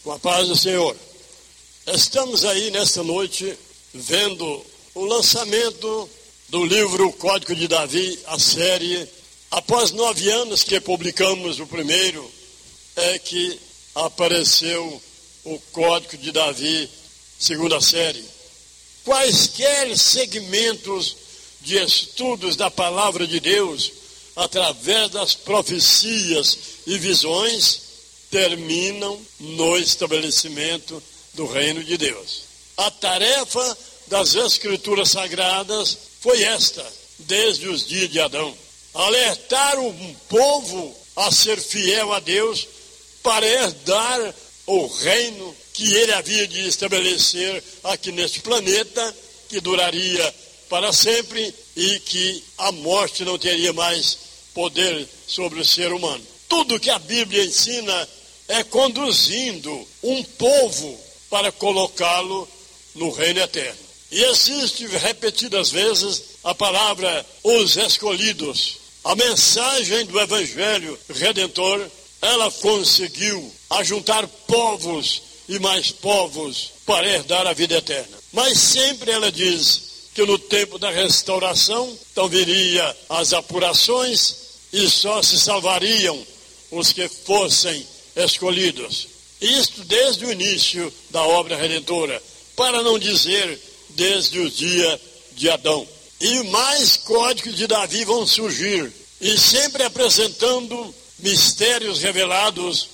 Com a paz do Senhor. Estamos aí nesta noite vendo o lançamento do livro Código de Davi, a série. Após 9 anos que publicamos o primeiro, é que apareceu o Código de Davi, segunda série. Quaisquer segmentos de estudos da palavra de Deus, através das profecias e visões, terminam no estabelecimento do reino de Deus. A tarefa das Escrituras Sagradas foi esta, desde os dias de Adão: alertar um povo a ser fiel a Deus para herdar o reino que ele havia de estabelecer aqui neste planeta, que duraria para sempre e que a morte não teria mais poder sobre o ser humano. Tudo que a Bíblia ensina é conduzindo um povo para colocá-lo no reino eterno. E existe repetidas vezes a palavra os escolhidos. A mensagem do Evangelho Redentor, ela conseguiu ajuntar povos e mais povos para herdar a vida eterna. Mas sempre ela diz que no tempo da restauração, então viria as apurações e só se salvariam os que fossem escolhidos. Isto desde o início da obra redentora, para não dizer desde o dia de Adão. E mais códigos de Davi vão surgir, e sempre apresentando mistérios revelados,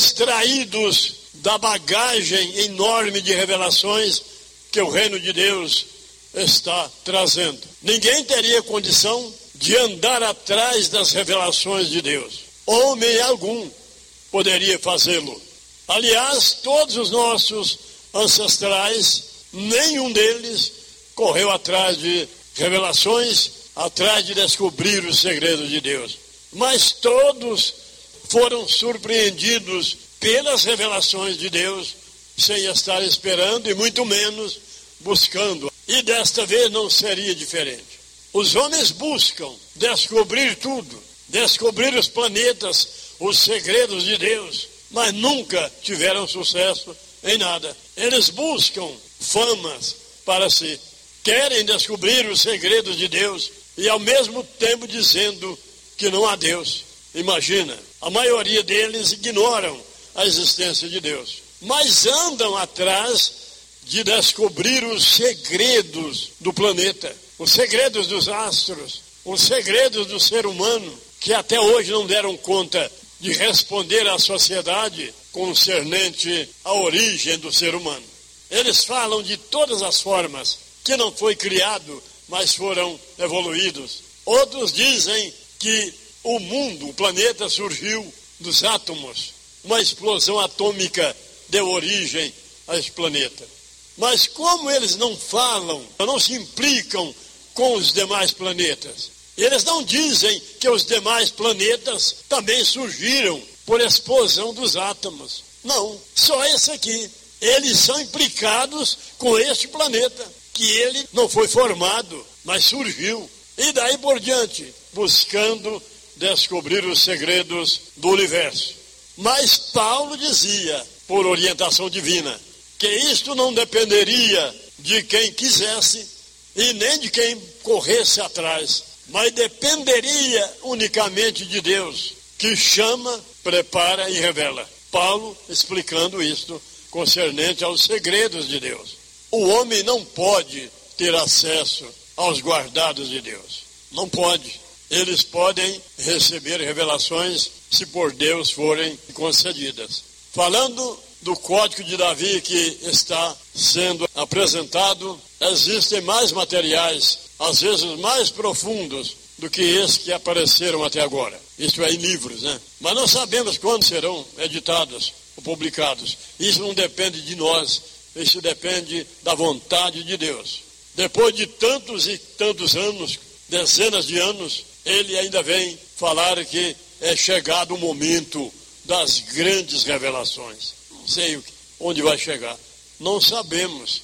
extraídos da bagagem enorme de revelações que o reino de Deus está trazendo. Ninguém teria condição de andar atrás das revelações de Deus. Homem algum poderia fazê-lo. Aliás, todos os nossos ancestrais, nenhum deles correu atrás de revelações, atrás de descobrir os segredos de Deus. Mas todos foram surpreendidos pelas revelações de Deus, sem estar esperando e muito menos buscando. E desta vez não seria diferente. Os homens buscam descobrir tudo, descobrir os planetas, os segredos de Deus, mas nunca tiveram sucesso em nada. Eles buscam famas para si, querem descobrir os segredos de Deus e ao mesmo tempo dizendo que não há Deus. Imagina, a maioria deles ignoram a existência de Deus, mas andam atrás de descobrir os segredos do planeta, os segredos dos astros, os segredos do ser humano, que até hoje não deram conta de responder à sociedade concernente à origem do ser humano. Eles falam de todas as formas que não foi criado, mas foram evoluídos. Outros dizem que o mundo, o planeta, surgiu dos átomos. Uma explosão atômica deu origem a esse planeta. Mas como eles não falam, não se implicam com os demais planetas, eles não dizem que os demais planetas também surgiram por explosão dos átomos. Não, só esse aqui. Eles são implicados com este planeta, que ele não foi formado, mas surgiu. E daí por diante, buscando descobrir os segredos do universo. Mas Paulo dizia, por orientação divina, que isto não dependeria de quem quisesse e nem de quem corresse atrás, mas dependeria unicamente de Deus, que chama, prepara e revela. Paulo explicando isto concernente aos segredos de Deus. O homem não pode ter acesso aos guardados de Deus. Não pode. Eles podem receber revelações se por Deus forem concedidas. Falando do Código de Davi que está sendo apresentado, existem mais materiais, às vezes mais profundos do que esses que apareceram até agora. Isto é, em livros, né? Mas não sabemos quando serão editados ou publicados. Isso não depende de nós, isso depende da vontade de Deus. Depois de tantos e tantos anos, dezenas de anos, ele ainda vem falar que é chegado o momento das grandes revelações. Não sei onde vai chegar. Não sabemos.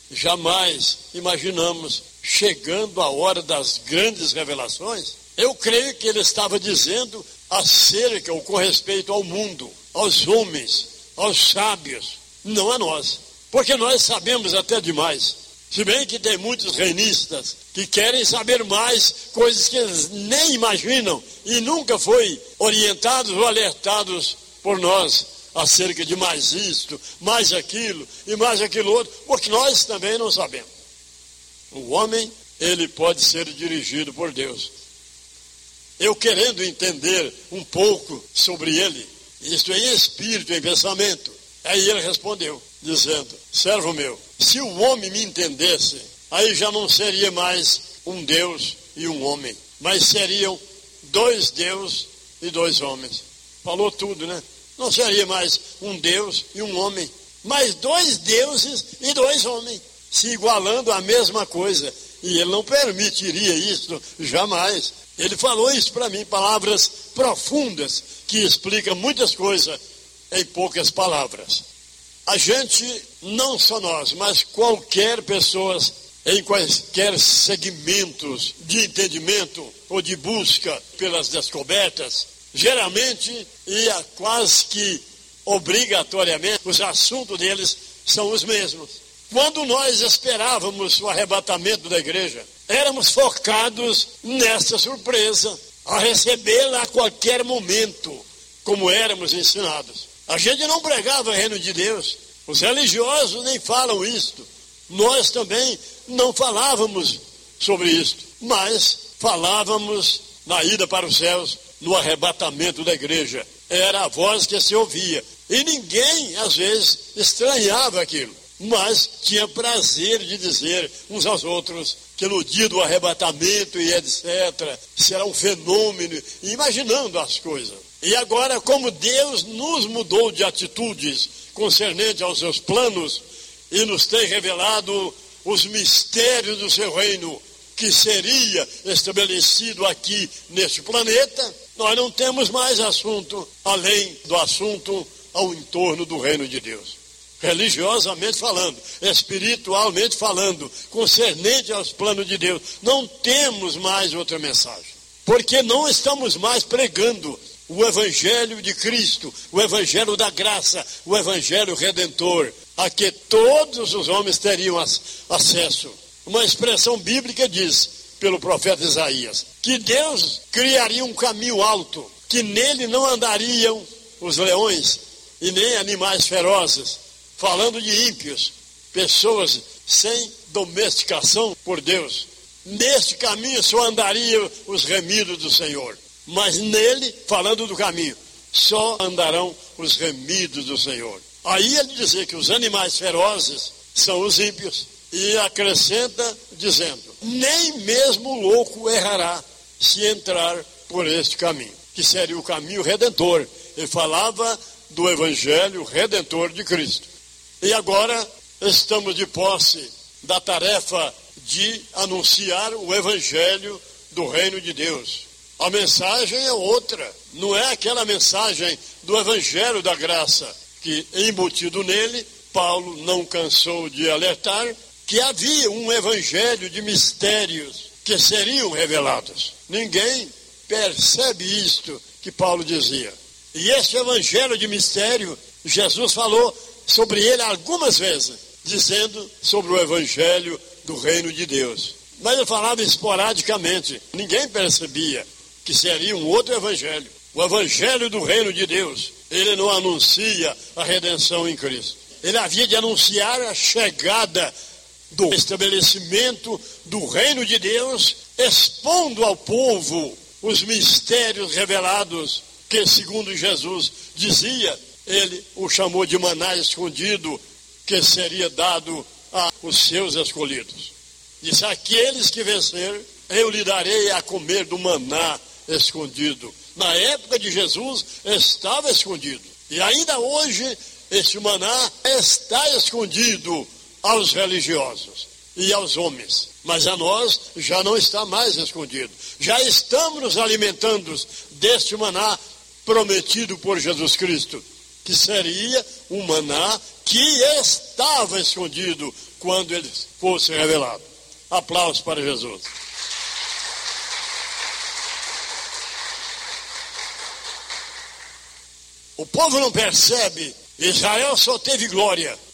Jamais imaginamos chegando a hora das grandes revelações. Eu creio que ele estava dizendo acerca ou com respeito ao mundo, aos homens, aos sábios, não a nós. Porque nós sabemos até demais. Se bem que tem muitos reinistas que querem saber mais coisas que eles nem imaginam e nunca foi orientados ou alertados por nós acerca de mais isto, mais aquilo e mais aquilo outro, porque nós também não sabemos. O homem, ele pode ser dirigido por Deus. Eu querendo entender um pouco sobre ele, isto em espírito, em pensamento, aí ele respondeu, dizendo, servo meu, se o homem me entendesse, aí já não seria mais um Deus e um homem, mas seriam dois deuses e dois homens. Falou tudo, né? Não seria mais um Deus e um homem, mas dois deuses e dois homens, se igualando à mesma coisa. E ele não permitiria isso, jamais. Ele falou isso para mim, palavras profundas, que explicam muitas coisas em poucas palavras. A gente, não só nós, mas qualquer pessoa, em quaisquer segmentos de entendimento ou de busca pelas descobertas, geralmente e quase que obrigatoriamente, os assuntos deles são os mesmos. Quando nós esperávamos o arrebatamento da igreja, éramos focados nessa surpresa, a recebê-la a qualquer momento, como éramos ensinados. A gente não pregava o reino de Deus, os religiosos nem falam isto, nós também não falávamos sobre isto, mas falávamos na ida para os céus, no arrebatamento da igreja. Era a voz que se ouvia, e ninguém, às vezes, estranhava aquilo, mas tinha prazer de dizer uns aos outros que no dia do arrebatamento e etc., será um fenômeno, imaginando as coisas. E agora, como Deus nos mudou de atitudes concernente aos seus planos e nos tem revelado os mistérios do seu reino, que seria estabelecido aqui neste planeta, nós não temos mais assunto além do assunto ao entorno do reino de Deus. Religiosamente falando, espiritualmente falando, concernente aos planos de Deus, não temos mais outra mensagem. Porque não estamos mais pregando o Evangelho de Cristo, o Evangelho da graça, o Evangelho redentor, a que todos os homens teriam acesso. Uma expressão bíblica diz, pelo profeta Isaías, que Deus criaria um caminho alto, que nele não andariam os leões e nem animais ferozes, falando de ímpios, pessoas sem domesticação por Deus. Neste caminho só andariam os remidos do Senhor, mas nele, falando do caminho, só andarão os remidos do Senhor. Aí ele diz que os animais ferozes são os ímpios, e acrescenta dizendo, nem mesmo o louco errará se entrar por este caminho, que seria o caminho redentor. Ele falava do Evangelho redentor de Cristo. E agora estamos de posse da tarefa de anunciar o Evangelho do reino de Deus. A mensagem é outra, não é aquela mensagem do Evangelho da graça, que embutido nele, Paulo não cansou de alertar, que havia um evangelho de mistérios que seriam revelados. Ninguém percebe isto que Paulo dizia. E esse evangelho de mistério, Jesus falou sobre ele algumas vezes, dizendo sobre o evangelho do reino de Deus. Mas ele falava esporadicamente, ninguém percebia que seria um outro evangelho. O evangelho do reino de Deus, ele não anuncia a redenção em Cristo. Ele havia de anunciar a chegada do estabelecimento do reino de Deus, expondo ao povo os mistérios revelados que, segundo Jesus dizia, ele o chamou de maná escondido, que seria dado aos seus escolhidos. Disse, aqueles que vencerem, eu lhe darei a comer do maná escondido. Na época de Jesus, estava escondido. E ainda hoje, esse maná está escondido aos religiosos e aos homens, mas a nós já não está mais escondido. Já estamos nos alimentando deste maná prometido por Jesus Cristo, que seria um maná que estava escondido quando ele fosse revelado. Aplausos para Jesus. O povo não percebe. Israel só teve glória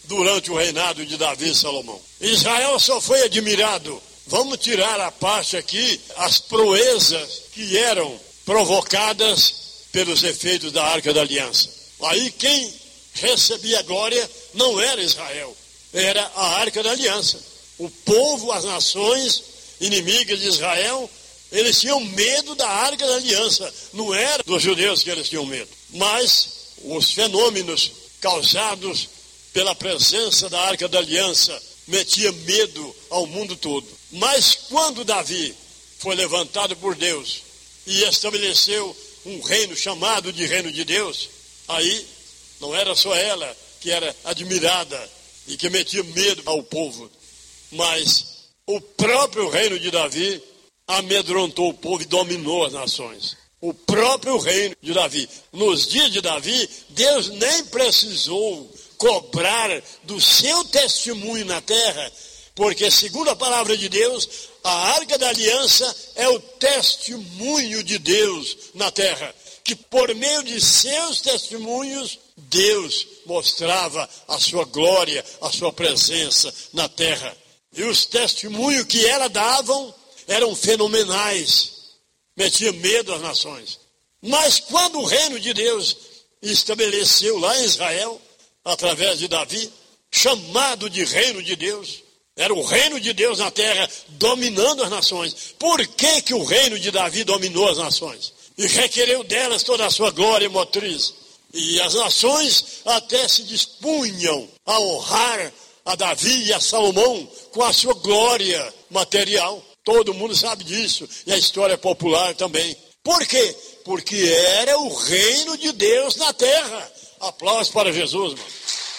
durante o reinado de Davi e Salomão. Israel só foi admirado. Vamos tirar a parte aqui, as proezas que eram provocadas pelos efeitos da Arca da Aliança. Aí quem recebia a glória não era Israel, era a Arca da Aliança. O povo, as nações inimigas de Israel, eles tinham medo da Arca da Aliança. Não era dos judeus que eles tinham medo, mas os fenômenos causados pela presença da Arca da Aliança metia medo ao mundo todo. Mas quando Davi foi levantado por Deus e estabeleceu um reino chamado de Reino de Deus, aí não era só ela que era admirada e que metia medo ao povo, mas o próprio reino de Davi amedrontou o povo e dominou as nações. O próprio reino de Davi. Nos dias de Davi, Deus nem precisou cobrar do seu testemunho na terra, porque, segundo a palavra de Deus, a Arca da Aliança é o testemunho de Deus na terra, que por meio de seus testemunhos, Deus mostrava a sua glória, a sua presença na terra. E os testemunhos que ela davam eram fenomenais, metia medo às nações. Mas quando o reino de Deus estabeleceu lá em Israel, através de Davi, chamado de reino de Deus, era o reino de Deus na terra, dominando as nações. Por que que o reino de Davi dominou as nações? E requereu delas toda a sua glória motriz. E as nações até se dispunham a honrar a Davi e a Salomão com a sua glória material. Todo mundo sabe disso, e a história popular também. Por quê? Porque era o reino de Deus na terra. Aplausos para Jesus, mano.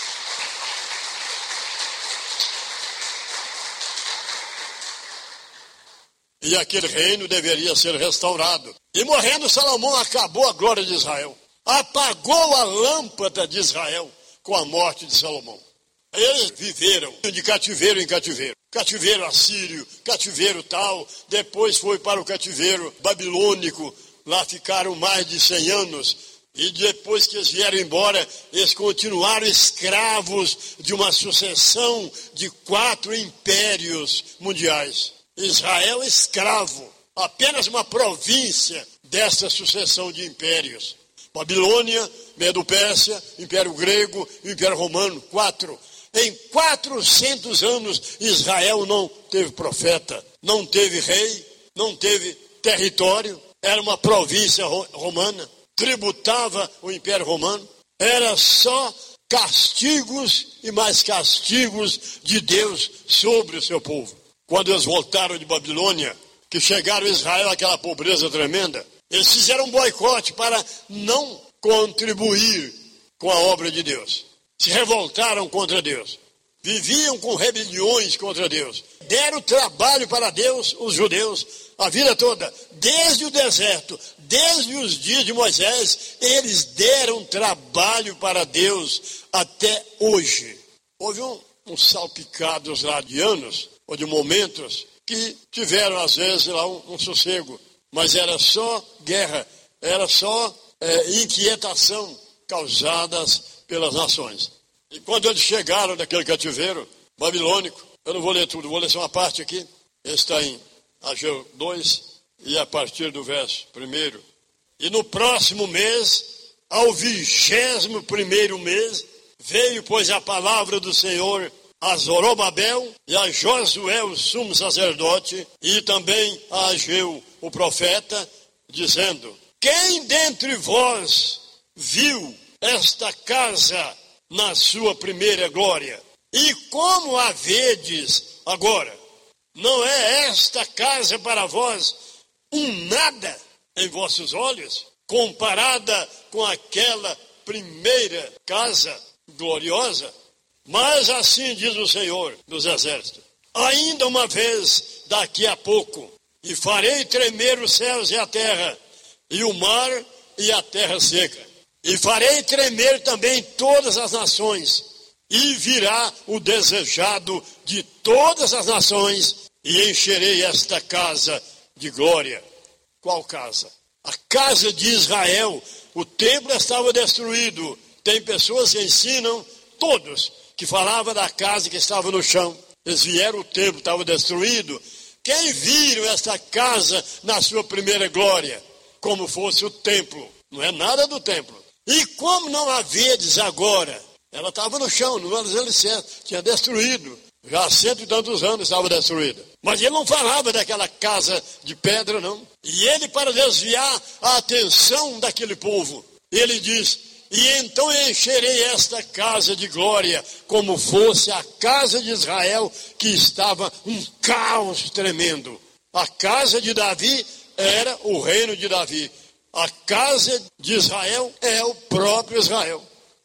E aquele reino deveria ser restaurado. E morrendo Salomão, acabou a glória de Israel. Apagou a lâmpada de Israel com a morte de Salomão. Eles viveram de cativeiro em cativeiro. Cativeiro assírio, cativeiro tal. Depois foi para o cativeiro babilônico. Lá ficaram mais de 100 anos. E depois que eles vieram embora, eles continuaram escravos de uma sucessão de 4 impérios mundiais. Israel escravo, apenas uma província dessa sucessão de impérios. Babilônia, Medo-Pérsia, Império Grego e Império Romano, 4. Em 400 anos, Israel não teve profeta, não teve rei, não teve território, era uma província romana, tributava o Império Romano, era só castigos e mais castigos de Deus sobre o seu povo. Quando eles voltaram de Babilônia, que chegaram a Israel, aquela pobreza tremenda, eles fizeram um boicote para não contribuir com a obra de Deus. Se revoltaram contra Deus. Viviam com rebeliões contra Deus. Deram trabalho para Deus, os judeus, a vida toda. Desde o deserto, desde os dias de Moisés, eles deram trabalho para Deus até hoje. Houve um salpicado lá de anos, ou de momentos, que tiveram às vezes lá um sossego. Mas era só guerra, era só inquietação causadas pelas nações. E quando eles chegaram daquele cativeiro babilônico, eu não vou ler tudo, vou ler só uma parte aqui. Está em Ageu 2, e a partir do verso 1. E no próximo mês, ao 21º mês, veio, pois, a palavra do Senhor a Zorobabel e a Josué, o sumo sacerdote, e também a Ageu, o profeta, dizendo: quem dentre vós viu esta casa na sua primeira glória? E como a vedes agora? Não é esta casa para vós um nada em vossos olhos, comparada com aquela primeira casa gloriosa? Mas assim diz o Senhor dos Exércitos: ainda uma vez daqui a pouco, e farei tremer os céus e a terra, e o mar e a terra seca. E farei tremer também todas as nações, e virá o desejado de todas as nações, e encherei esta casa de glória. Qual casa? A casa de Israel. O templo estava destruído. Tem pessoas que ensinam, todos, que que falava da casa que estava no chão. Eles vieram, o templo estava destruído. Quem viram esta casa na sua primeira glória? Como fosse o templo. Não é nada do templo. E como não a vedes agora? Ela estava no chão, no alicerce, tinha destruído. Já há 100 e tantos anos estava destruída. Mas ele não falava daquela casa de pedra, não. E ele, para desviar a atenção daquele povo, ele diz: e então encherei esta casa de glória, como fosse a casa de Israel, que estava um caos tremendo. A casa de Davi era o reino de Davi. A casa de Israel é o próprio Israel.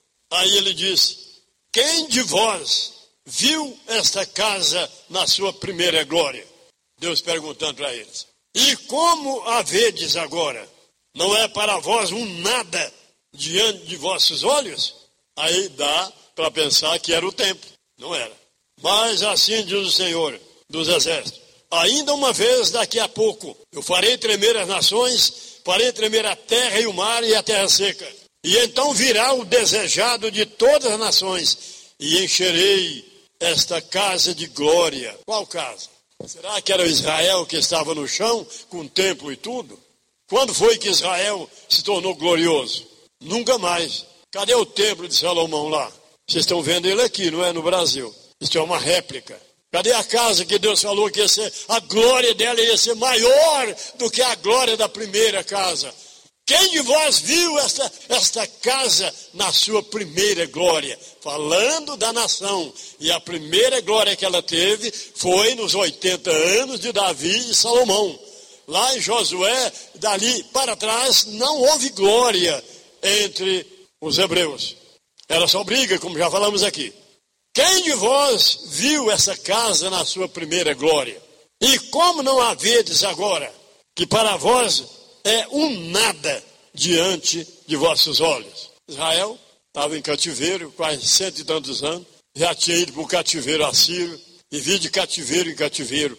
Aí ele diz: quem de vós viu esta casa na sua primeira glória? Deus perguntando para eles. E como a vedes agora? Não é para vós um nada diante de vossos olhos? Aí dá para pensar que era o templo. Não era. Mas assim diz o Senhor dos Exércitos: ainda uma vez daqui a pouco eu farei tremer as nações, farei tremer a terra e o mar e a terra seca. E então virá o desejado de todas as nações, e encherei esta casa de glória. Qual casa? Será que era Israel que estava no chão, com o templo e tudo? Quando foi que Israel se tornou glorioso? Nunca mais. Cadê o templo de Salomão lá? Vocês estão vendo ele aqui, não é? No Brasil. Isso é uma réplica. Cadê a casa que Deus falou que ia ser, a glória dela ia ser maior do que a glória da primeira casa? Quem de vós viu esta casa na sua primeira glória? Falando da nação. E a primeira glória que ela teve foi nos 80 anos de Davi e Salomão. Lá em Josué, dali para trás, não houve glória entre os hebreus. Era só briga, como já falamos aqui. Quem de vós viu essa casa na sua primeira glória? E como não a vedes agora, que para vós é um nada diante de vossos olhos? Israel estava em cativeiro, quase 100 e tantos anos, já tinha ido para o cativeiro assírio, e vinha de cativeiro em cativeiro,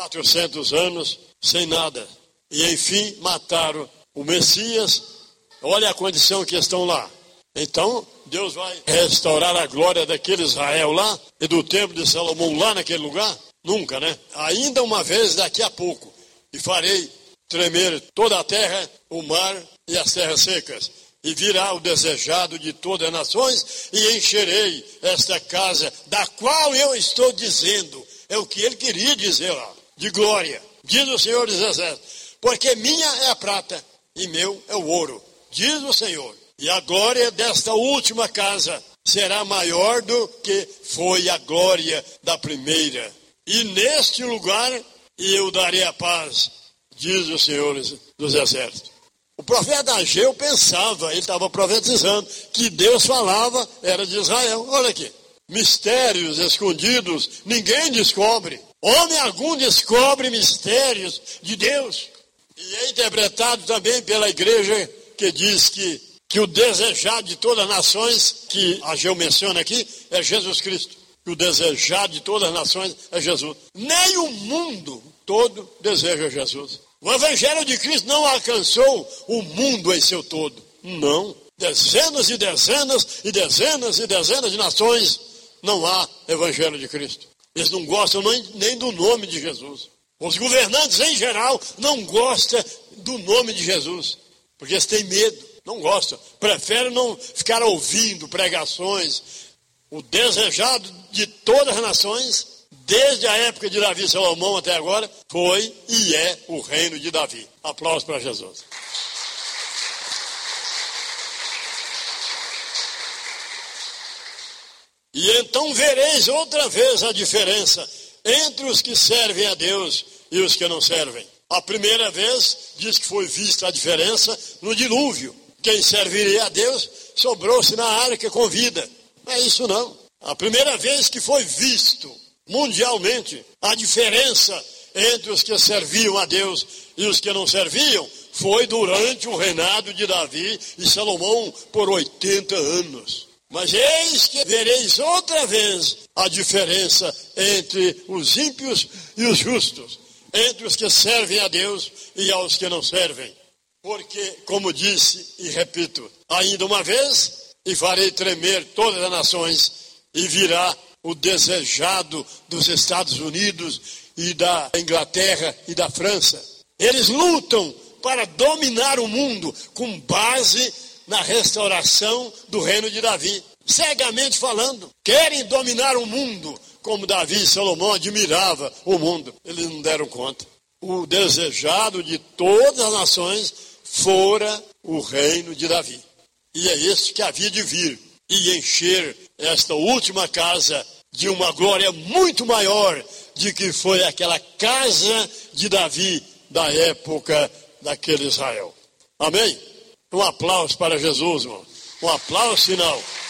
400 anos, sem nada. E enfim, mataram o Messias. Olha a condição que estão lá. Então, Deus vai restaurar a glória daquele Israel lá, e do templo de Salomão lá naquele lugar? Nunca, né? Ainda uma vez daqui a pouco, e farei tremer toda a terra, o mar e as terras secas, e virá o desejado de todas as nações, e encherei esta casa, da qual eu estou dizendo, é o que ele queria dizer lá, de glória, diz o Senhor dos Exércitos, porque minha é a prata, e meu é o ouro, diz o Senhor, e a glória desta última casa será maior do que foi a glória da primeira, e neste lugar eu darei a paz, diz o Senhor dos Exércitos. O profeta Ageu pensava, ele estava profetizando, que Deus falava, era de Israel. Olha aqui, mistérios escondidos, ninguém descobre. Homem algum descobre mistérios de Deus. E é interpretado também pela igreja que diz que o desejado de todas as nações, que Ageu menciona aqui, é Jesus Cristo. Que o desejado de todas as nações é Jesus. Nem o mundo todo deseja Jesus. O Evangelho de Cristo não alcançou o mundo em seu todo. Não. Dezenas e dezenas e dezenas e dezenas de nações não há Evangelho de Cristo. Eles não gostam nem do nome de Jesus. Os governantes em geral não gostam do nome de Jesus. Porque eles têm medo, não gostam. Preferem não ficar ouvindo pregações. O desejado de todas as nações, desde a época de Davi e Salomão até agora, foi e é o reino de Davi. Aplausos para Jesus. E então vereis outra vez a diferença entre os que servem a Deus e os que não servem. A primeira vez diz que foi vista a diferença no dilúvio. Quem serviria a Deus sobrou-se na arca com vida. Não é isso não. A primeira vez que foi visto mundialmente a diferença entre os que serviam a Deus e os que não serviam foi durante o reinado de Davi e Salomão por 80 anos. Mas eis que vereis outra vez a diferença entre os ímpios e os justos, entre os que servem a Deus e aos que não servem. Porque, como disse e repito, ainda uma vez, e farei tremer todas as nações, e virá o desejado dos Estados Unidos e da Inglaterra e da França. Eles lutam para dominar o mundo com base na restauração do reino de Davi. Cegamente falando, querem dominar o mundo como Davi e Salomão admirava o mundo. Eles não deram conta. O desejado de todas as nações fora o reino de Davi. E é isso que havia de vir e encher esta última casa de uma glória muito maior de que foi aquela casa de Davi da época daquele Israel. Amém? Um aplauso para Jesus, irmão. Um aplauso final.